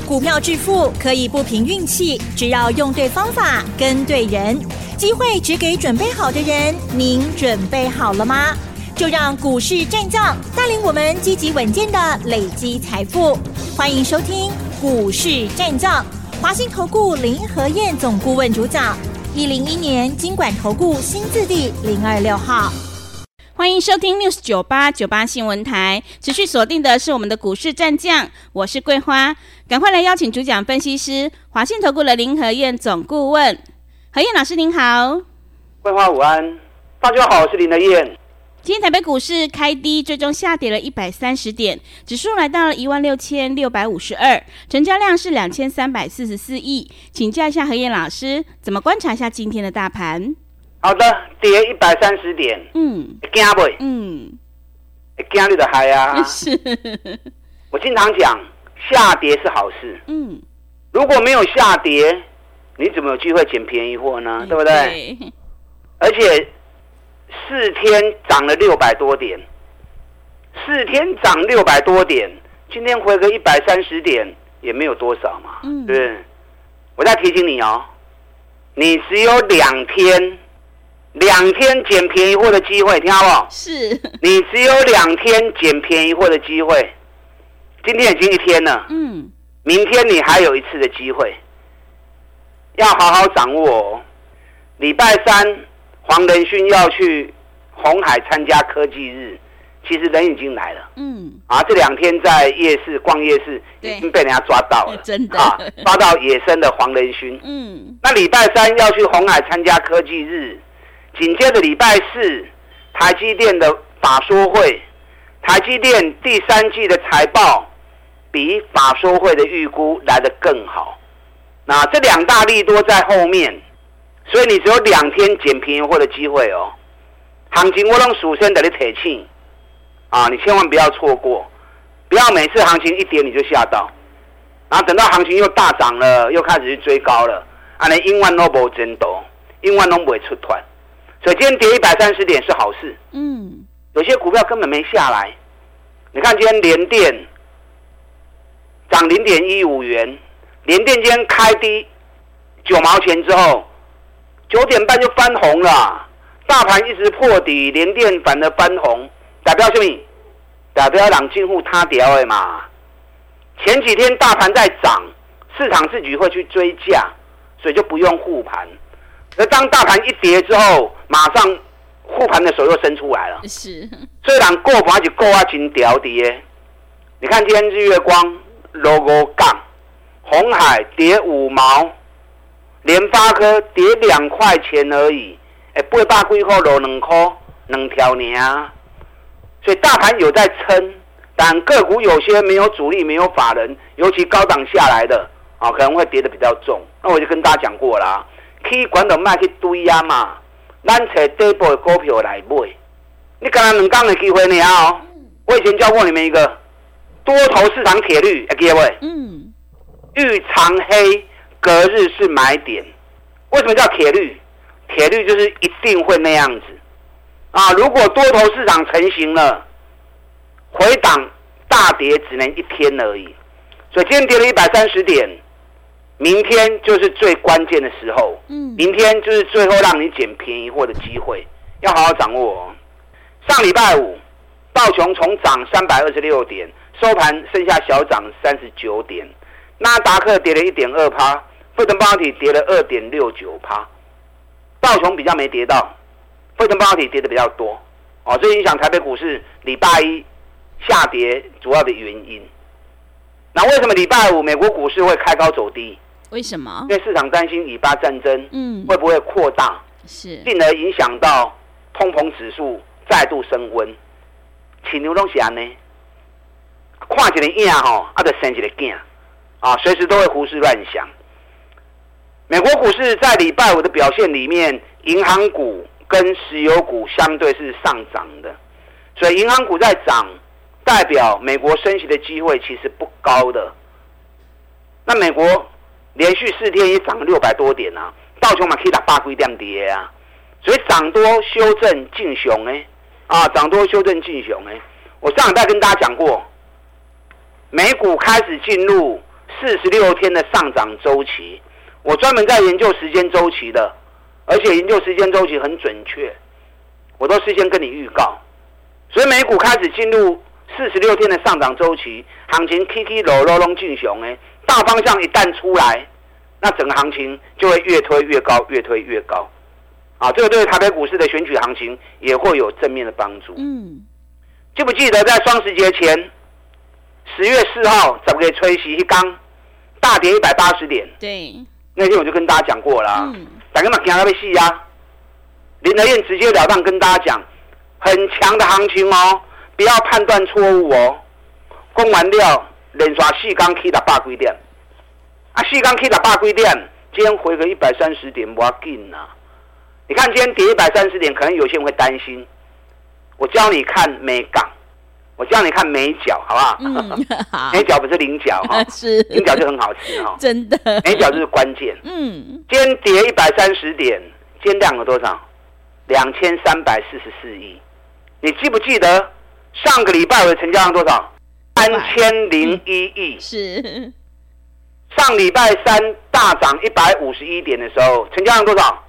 股票致富可以不凭运气，只要用对方法跟对人。机会只给准备好的人，您准备好了吗？就让股市战将带领我们积极稳健的累积财富。欢迎收听股市战将，华信投顾林和彥总顾问主讲，101年金管投顾新字第026号。 欢迎收听 News98 新闻台，持续锁定的是我们的股市战将，我是桂花，赶快来邀请主讲分析师华信投顾的林和彥总顾问。和彥老师您好。 桂花午安，大家好，我是林和彥。 今天台北股市开低，最终下跌了130点，指数来到了16652，成交量是2344亿。请教一下和彥老师，怎么观察一下今天的大盘？ 好的，跌130点，会惊不？会惊你就嗨啊！ 是， 我经常讲，下跌是好事。如果没有下跌，你怎么有机会捡便宜货呢？对不对？ 对。 而且4天涨了600多点，4天涨600多点，今天回个130点也没有多少嘛，对不对？我再提醒你哦，你只有2天捡便宜货的机会，听好不好？ 是， 你只有2天捡便宜货的机会。今天已经1天了，明天你还有1次的机会，要好好掌握哦。礼拜3，黄仁勋要去鸿海参加科技日，其实人已经来了，这2天在夜市逛夜市已经被人家抓到了， 真的抓到野生的黄仁勋。那礼拜3要去鸿海参加科技日。紧接着礼拜4，台积电的法说会，台积电第3季的财报比法说会的预估来得更好。那这2大利多在后面，所以你只有2天捡便宜货的机会哦。行情我让属先的你提醒你千万不要错过，不要每次行情一跌你就吓到，然后等到行情又大涨了，又开始去追高了，你永远都没真多，永远都不会出团。所以今天跌130点是好事，有些股票根本没下来。你看今天联电涨0.15元，联电今天开低9毛钱之后，9点半就翻红了，大盘一直破底，联电反而翻红，代表什么？代表人进户他掉的嘛。前几天大盘在涨，市场自己会去追价，所以就不用护盘。而当大盘一跌之后，马上护盘的手又伸出来了。 是， 虽然过盘是过真屌跌，你看今天日月光落5杠，鸿海跌5毛，联发科跌2块钱而已，800几块落2块，2条而所以大盘有在撑，但个股有些没有主力，没有法人，尤其高档下来的可能会跌得比较重。那我就跟大家讲过啦。去管就卖去堆啊嘛，咱找底部的股票来买。你刚才2天的机会呢我以前教过你们一个多头市场铁律，会记得不？遇长黑隔日是买点。为什么叫铁律？铁律就是一定会那样子如果多头市场成型了，回档大跌只能1天而已。所以今天跌了130点。明天就是最关键的时候，明天就是最后让你捡便宜货的机会，要好好掌握哦。上礼拜5，道琼从涨326点，收盘剩下小涨39点，纳达克跌了 1.2%， 费城半导体跌了 2.69%， 道琼比较没跌到，费城半导体跌的比较多这影响台北股市礼拜1下跌主要的原因。那为什么礼拜5美国股市会开高走低？ 为什么？ 因为市场担心以巴战争会不会扩大，进而影响到通膨指数再度升温。市场都是这样呢，看一个影就生一个囝随时都会胡思乱想。美国股市在礼拜5的表现里面，银行股跟石油股相对是上涨的，所以银行股在涨，代表美国升息的机会其实不高的。那美国连续4天也涨了600多点道琼嘛可以打8几点跌所以涨多修正进熊涨多修正进熊我上礼拜跟大家讲过，美股开始进入 46天的上涨周期，我专门在研究时间周期的，而且研究时间周期很准确，我都事先跟你预告。所以美股开始进入46天的上涨周期，行情起起落落拢进熊诶，大方向一旦出来，那整个行情就会越推越高，越推越高。啊，这个对台北股市的选举行情也会有正面的帮助。记不记得在双十节前，10月4号怎么给吹息一刚大跌180点？ 对， 那天我就跟大家讲过了。大家嘛惊到要死啊！林德燕直截了当跟大家讲，很强的行情哦，不要判断错误哦。讲完了，连续4天起600几点，啊，4天起600几点，今天回个130点，不要紧啊。你看今天跌130点，可能有些人会担心。我教你看美港，我教你看美角，好不好？ 好。 美角不是菱角哈， 是菱角就很好吃哈， 真的。 美角就是关键。今天跌130点，今天量有多少？2344亿。你记不记得上个礼拜的成交量多少？3001亿。 是。 上礼拜三大涨151点的时候，成交量多少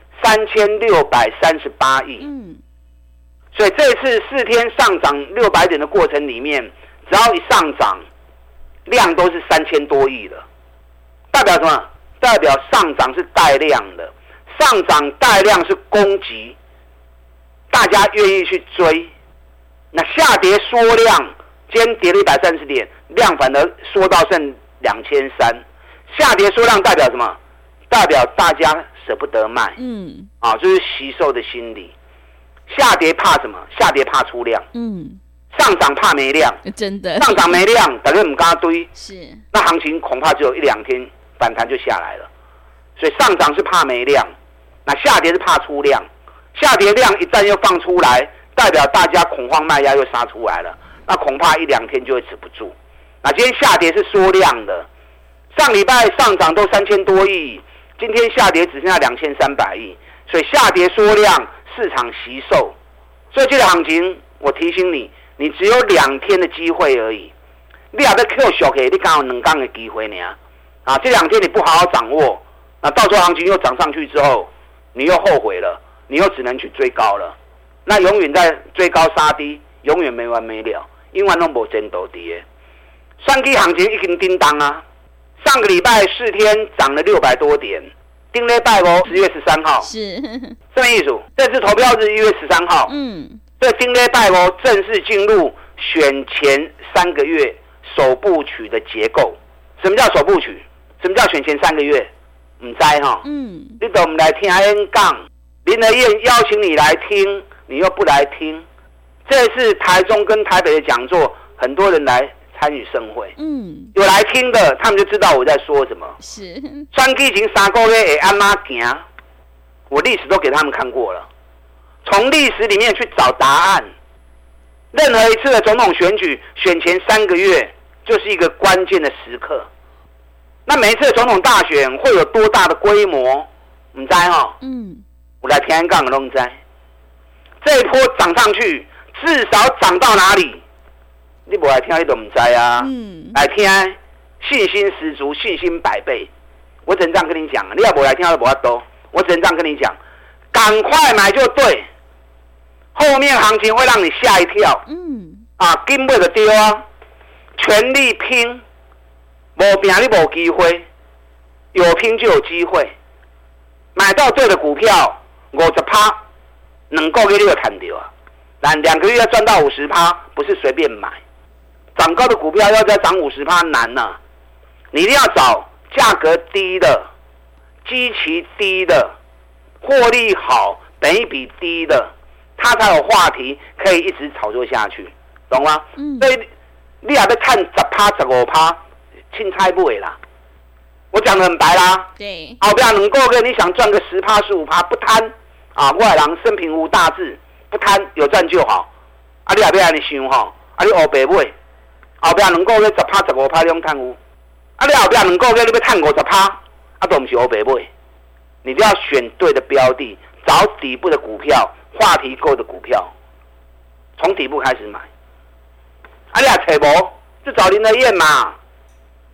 ？3638亿。所以这次4天上涨600点的过程里面，只要一上涨，量都是3000多亿的，代表什么？代表上涨是带量的，上涨带量是攻击，大家愿意去追。那下跌缩量，今天跌了130点，量反而缩到剩2300，下跌缩量代表什么？代表大家舍不得卖，就是惜售的心理。下跌怕什么？下跌怕出量，上涨怕没量， 真的。 上涨没量，大家不敢堆， 是。 那行情恐怕只有1-2天反弹就下来了。所以上涨是怕没量，那下跌是怕出量。下跌量一旦又放出来，代表大家恐慌卖压又杀出来了，那恐怕1-2天就会止不住。那今天下跌是缩量的，上礼拜上涨都3000多亿，今天下跌只剩下2300亿，所以下跌缩量，市场惜售。所以这个行情，我提醒你，你只有2天的机会而已。你也要扣小给，你刚好2天的机会呢。啊，这2天你不好好掌握，那到时候行情又涨上去之后，你又后悔了，你又只能去追高了。那永远在追高杀低，永远没完没了，永远都没前途的。选举行情已经叮当啊！上个礼拜4天涨了600多点，顶礼拜10月13号是什么意思？这次投票日1月13号，所以顶礼拜正式进入选前3个月首部曲的结构。什么叫首部曲？什么叫选前3个月？不知道哈。你都不来听演讲，林德燕邀请你来听，你又不来听。这次台中跟台北的讲座，很多人来参与盛会，有来听的，他们就知道我在说什么。 是， 选举前3个月会按怎行，我历史都给他们看过了。从历史里面去找答案。任何一次的总统选举，选前3个月就是一个关键的时刻。那每一次的总统大选会有多大的规模？不知道哈。我来听讲的都不知道。这一波涨上去，至少涨到哪里？你不来听，你都不知啊。来听，信心十足，信心100倍。我只能这样跟你讲，你要不来听，都不要多。我只能这样跟你讲，赶快买就对。后面行情会让你吓一跳。根本就丢啊！全力拼，没拼你没机会，有拼就有机会。买到对的股票，50%，2个月你就赚到啊！但2个月要赚到50%，不是随便买。涨高的股票要再涨50%难啊！你一定要找价格低的、基期低的、获利好、本益比低的，它才有话题可以一直炒作下去，懂吗？所以你也要看10%、15%，凊彩买啦。我讲得很白啦。 对。 后边2个月你想赚个10%、15%，不贪啊！我的人生平无大志，不贪，有赚就好。啊，你也要安尼想吼，啊，你黑白买。后边2个月10%、15%你用贪污，啊！你后边2个月你要赚50%，啊，都不是黑白买。你就要选对的标的，找底部的股票，话题够的股票，从底部开始买。啊，你也找无，就找林德燕嘛。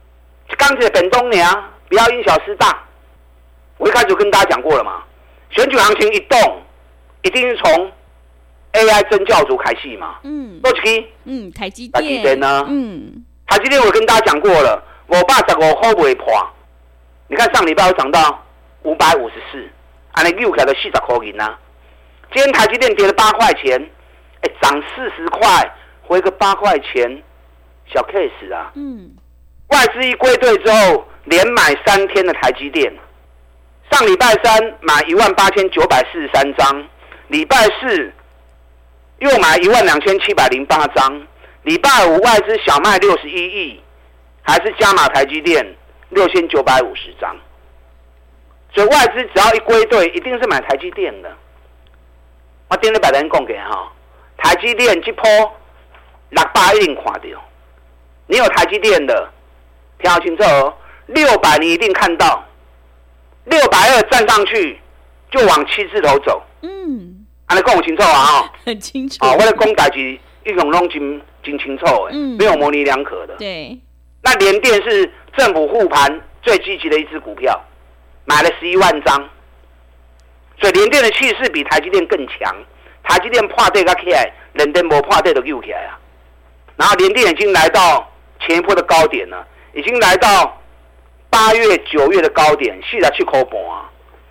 刚才本东娘不要因小失大。我一开始就跟大家讲过了嘛，选举行情一动，一定是从 AI 真教主开始嘛。多一支， 台积台积电呢？台积电我跟大家讲过了，515块不会破。你看上礼拜有涨到554，按你溜起来都40块银啊。今天台积电跌了8块钱，涨40块，回个8块钱，小 case 啊。外资一归队之后，连买3天的台积电。上礼拜3买18943张，礼拜4又买12708张，礼拜5外资小卖61亿，还是加码台积电6950张。所以外资只要一归队，一定是买台积电的。我今日把人讲给哈，台积电这波600一定看到。你有台积电的，听好清楚哦，600你一定看到。620站上去，就往7字头走。安尼讲有清楚啊？ 很清楚。 我的讲代志，一种拢真清楚的，没有模棱两可的。 对。 那联电是政府护盘最积极的一支股票，买了11万张，所以联电的气势比台积电更强。台积电破底才起来，联电没破底就溜起来啊。然后联电已经来到前一波的高点了，已经来到8月、9月的高点，47块半啊。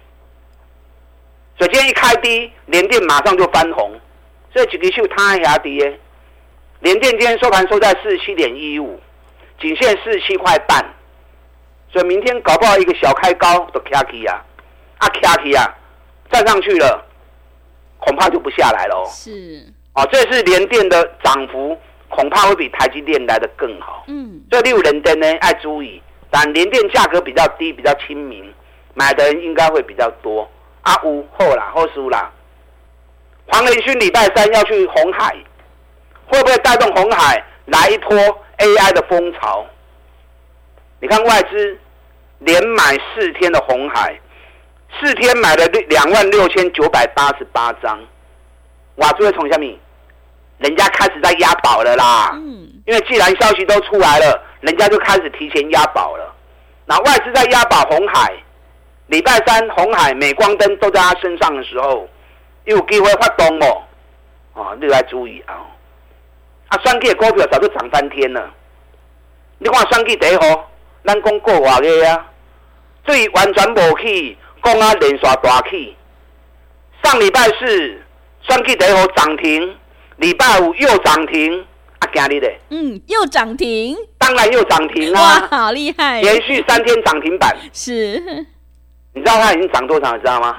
所以今天一开低，联电马上就翻红，所以几个秀它下跌。联电今天收盘收在47.15，仅限47块半，所以明天搞不好一个小开高都卡起啊，卡起啊，站上去了，恐怕就不下来了哦。 是。 这是联电的涨幅，恐怕会比台积电来得更好。所以你有联电呢，要注意。但联电价格比较低，比较亲民，买的人应该会比较多。有好啦，好输啦。黄仁勋礼拜3要去鸿海，会不会带动鸿海来一波 AI 的风潮？你看外资连买4天的鸿海，4天买了26988张。哇，这位从下面，人家开始在押宝了啦。因为既然消息都出来了，人家就开始提前押宝了。那外资在押宝鸿海，礼拜3鸿海、美光灯都在他身上的时候，有机会发动哦。你来注意啊！选举的股票早就涨翻天了。你看选举第一号，咱讲过外个啊，水完全无起，讲啊连续大起。上礼拜4选举第一号涨停，礼拜5又涨停。今日咧， 又涨停， 当然又涨停啊！ 哇，好厉害！ 连续3天涨停板， 是。 你知道它已经涨多少？你知道吗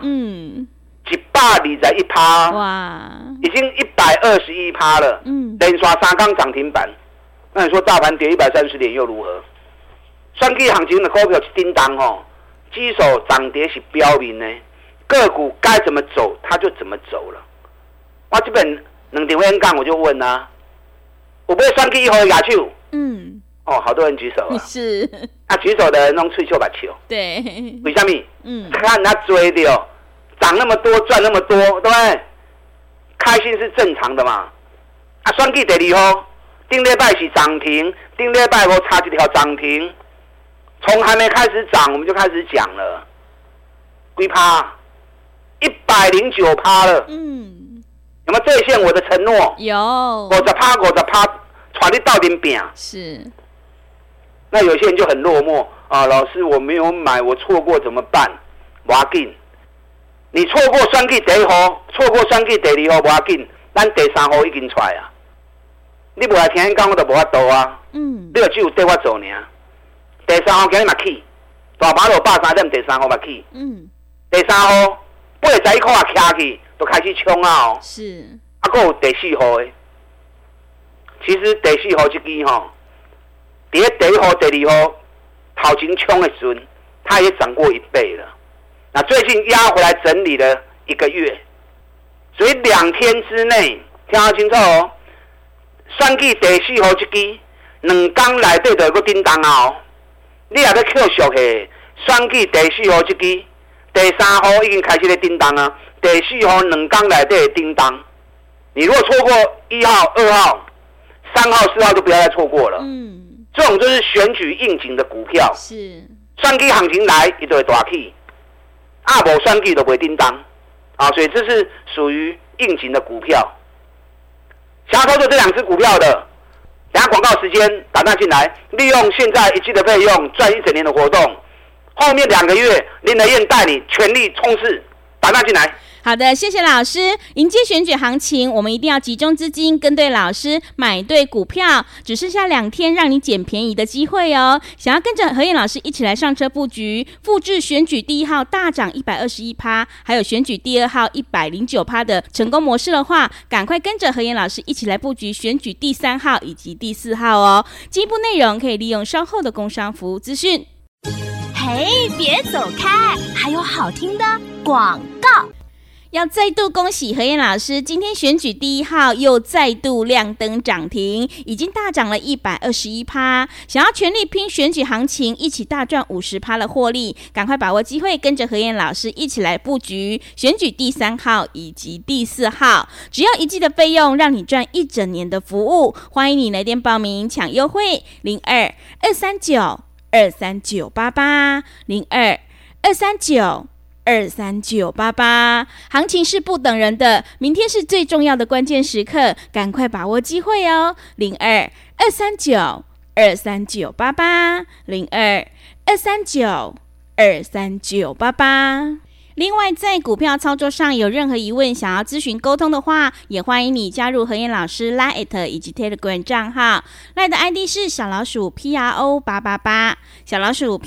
？121%， 哇， 已经121%了。连刷3天涨停板，那你说大盘跌130点又如何？选举行情的股票是叮当哦，指数涨跌是标明呢，个股该怎么走它就怎么走了。我这边2场演讲我就问啊。有没有选举以后的牙手？好多人举手啊。 是。 举手的人弄吹球把球。 对。 为什么？看他追的哦，涨那么多，赚那么多，对不对？开心是正常的嘛。选举第2号，顶礼拜是涨停，顶礼拜我差一条涨停，从还没开始涨我们就开始讲了，几趴？109%了。有没有兑现我的承诺？ 有 50%，传你到顶饼。 是。 那有些人就很落寞啊，老师我没有买，我错过怎么办？不要紧，你错过选举第1号，错过选举第2号不要紧，咱第3号已经出来啊。你不来听讲我就无法度啊。你就只有对我做尔。第3号今日嘛起，大马路83点，第3号嘛起。第3号81块也徛去。都开始冲啊！ 是。 还有第4号的，其实第4号这支吼，在第1号、第2号头前冲的时阵，它也涨过1倍了。那最近压回来整理了1个月，所以2天之内，听好清楚哦。选举第4号这支，2天内底就有个叮当啊！你也要扣俗的，选举第4号这支，第3号已经开始在叮当啊。第4号2天内底叮当，你如果错过1号、2号、3号、4号就不要再错过了。 这种就是选举应景的股票。 是， 选举行情来，它就会大起；没选举就不会叮当。所以这是属于应景的股票。想要操作这2只股票的，等下广告时间打电话进来，利用现在1季的费用赚1整年的活动，后面2个月林和燕带你全力冲刺，打电话进来。 好的，谢谢老师。迎接选举行情，我们一定要集中资金，跟对老师，买对股票。只剩下2天让你捡便宜的机会哦！想要跟着和燕老师一起来上车布局，复制选举第1号大涨121%，还有选举第2号109%的成功模式的话，赶快跟着和燕老师一起来布局选举第3号以及第4号哦。进一步内容可以利用稍后的工商服务资讯。 嘿，别走开，还有好听的广告。 要再度恭喜和燕老师，今天选举第1号又再度亮灯涨停，已经大涨了121%。想要全力拼选举行情，一起大赚50%的获利，赶快把握机会，跟着和燕老师一起来布局选举第3号以及第4号。只要1季的费用，让你赚1整年的服务。欢迎你来电报名抢优惠，02-239-23988 02-239-23988，行情是不等人的，明天是最重要的关键时刻，赶快把握机会哦！02-239-23988 02-239-23988。另外，在股票操作上有任何疑问，想要咨询沟通的话，也欢迎你加入和燕老师 LINE 以及 Telegram 账号。LINE 的 ID 是小老鼠 PRO888， 小老鼠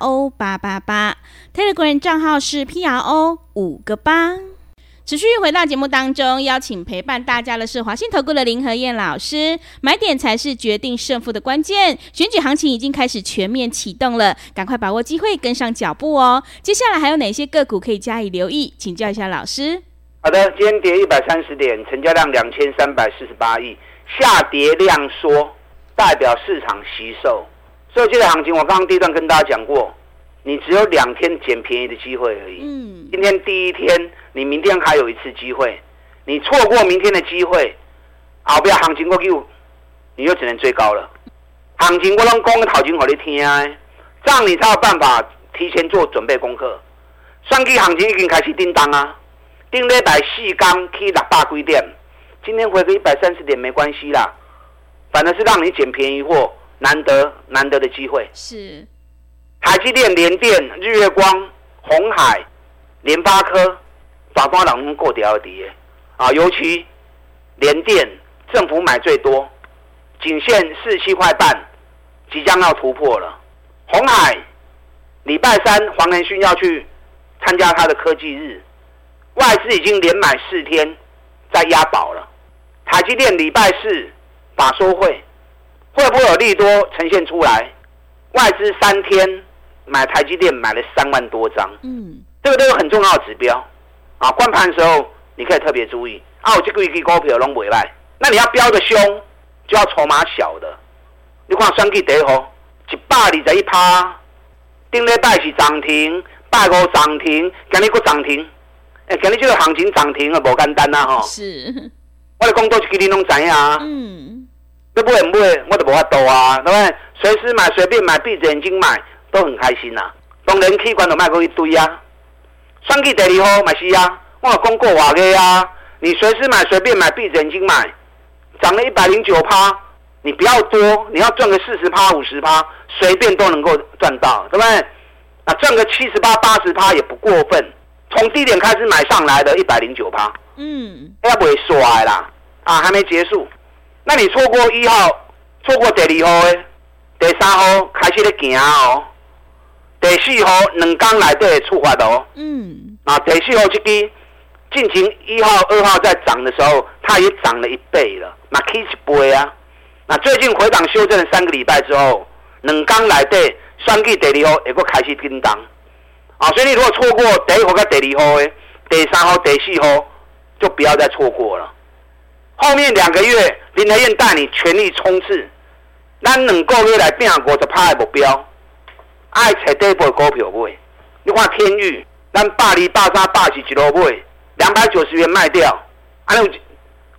PRO888。Telegram 账号是 PRO5个8。持续回到节目当中，邀请陪伴大家的是华信投顾的林和燕老师。买点才是决定胜负的关键，选举行情已经开始全面启动了，赶快把握机会，跟上脚步哦。接下来还有哪些个股可以加以留意？请教一下老师。 好的，今天跌130点，成交量2348亿，下跌量缩，代表市场惜售。所以这个行情我刚刚第一段跟大家讲过，你只有2天捡便宜的机会而已。今天第1天，你明天还有1次机会，你错过明天的机会，后边行情过去，你就只能追高了。行情我拢讲头前给你听的，这样你才有办法提前做准备功课。选举行情已经开始叮当啊，顶礼拜4天去600几点，今天回个130点没关系啦，反正是让你捡便宜货，难得的机会。 是。 台积电、联电、日月光、鸿海、联发科，法官人拢过掉的尤其联电政府买最多，仅限47块半，即将要突破了。鸿海礼拜3黄仁勋要去参加他的科技日，外资已经连买4天，在押宝了。台积电礼拜4法说会，会不会有利多呈现出来？外资3天买台积电买了3万多张，这个都有很重要的指标关盘的时候你可以特别注意我这个一支股票都不赖，那你要标的凶，就要筹码小的。你看选举第1号121%，顶礼拜是涨停，拜5涨停，今日又涨停，今日这个行情涨停不简单啊是， 我的讲多一支你拢知啊。你买不买，我就没法度啊，对不对？随时买，随便买，闭着眼睛买，都很开心啊。当然器官就卖过一堆啊。选举第2号嘛是啊，我有讲过话个啊。你随时买，随便买，闭着眼睛买，涨了109%，你不要多，你要赚个40%、50%，随便都能够赚到，对不对？那赚个70%、80%也不过分。从低点开始买上来的109%，要不会衰啦还没结束。那你错过1号，错过第2号的，第3号开始在行第4号2天内底会触发的第4号这支进行1号、2号在涨的时候，它也涨了1倍了，那起1倍啊。那最近回档修正了3个礼拜之后，2天内底选举第2号会开始叮当所以你如果错过第1号跟第2号的，第3号、第4号就不要再错过了。后面2个月，林和燕带你全力冲刺，咱2个月来拼50%的目标，爱找底部的股票买。你看天宇，咱82、83、84一路买，290元卖掉，有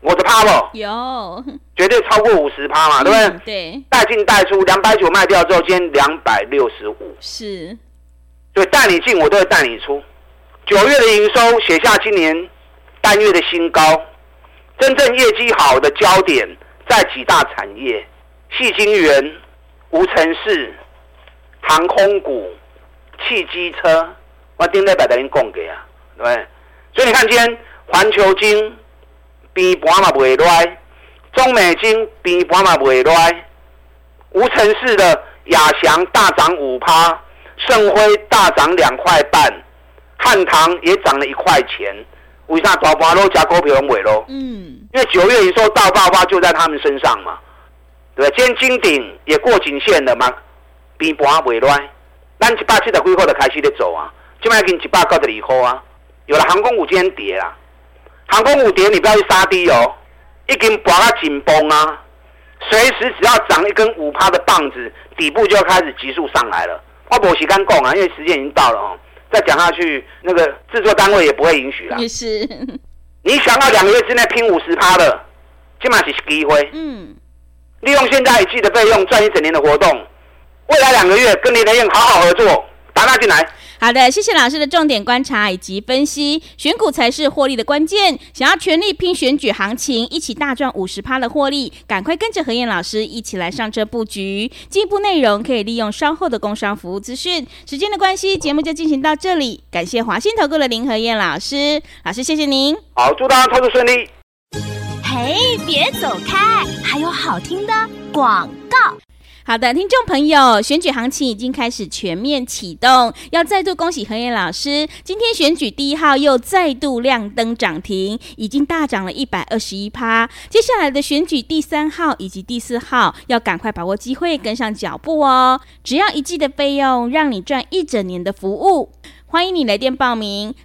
50%不？ 有， 绝对超过50%嘛，对不对？ 对， 带进带出，290卖掉之后，今天265， 是， 所以带你进，我都会带你出。9月的营收写下今年单月的新高，真正业绩好的焦点在几大产业：矽晶圆、无尘室、航空股、汽机车。我顶礼拜跟您讲过啊，对不对？所以你看今天环球晶边盘嘛袂赖，中美晶边盘嘛袂赖，无尘室的亚翔大涨5%，盛辉大涨2块半，汉唐也涨了1块钱。为啥大盘都加股票拢袂咯？因为9月营收大爆发就在他们身上嘛，对不对？今天金鼎也过颈线了嘛，边盘袂赖，咱170几块就开始在走啊。现在已经192块啊，有了航空股今天跌啦，航空股跌你不要去杀低哦，已经拔到紧绷啊，随时只要涨一根5%的棒子，底部就要开始急速上来了。我没时间讲啊，因为时间已经到了哦，再讲下去那个制作单位也不会允许啦。 也是， 你想要2个月之内拼50%的，这嘛是机会。利用现在1季的费用赚1整年的活动，未来2个月跟联合院好好合作，打进来。 好的，谢谢老师的重点观察以及分析，选股才是获利的关键。想要全力拼选举行情，一起大赚50%的获利，赶快跟着何燕老师一起来上车布局。进一步内容可以利用稍后的工商服务资讯。时间的关系，节目就进行到这里，感谢华信投顾的林何燕老师，老师谢谢您。 好，祝大家操作顺利。 嘿，别走开，还有好听的广告。 好的，听众朋友，选举行情已经开始全面启动，要再度恭喜何燕老师，今天选举第1号又再度亮灯涨停，已经大涨了121%。接下来的选举第3号以及第4号，要赶快把握机会，跟上脚步哦。只要1季的费用，让你赚1整年的服务。欢迎你来电报名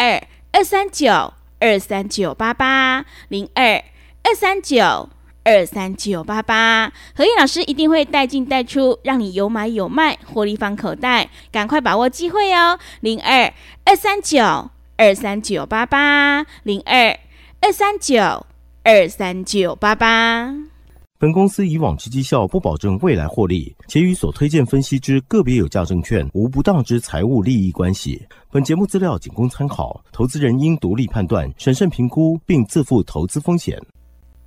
，02-239-23988 02-239-23988，何燕老师一定会带进带出，让你有买有卖，获利放口袋，赶快把握机会哦！02-239-23988 02-239-23988。 本公司以往之绩效不保证未来获利，且与所推荐分析之个别有价证券无不当之财务利益关系。本节目资料仅供参考，投资人应独立判断、审慎评估，并自负投资风险。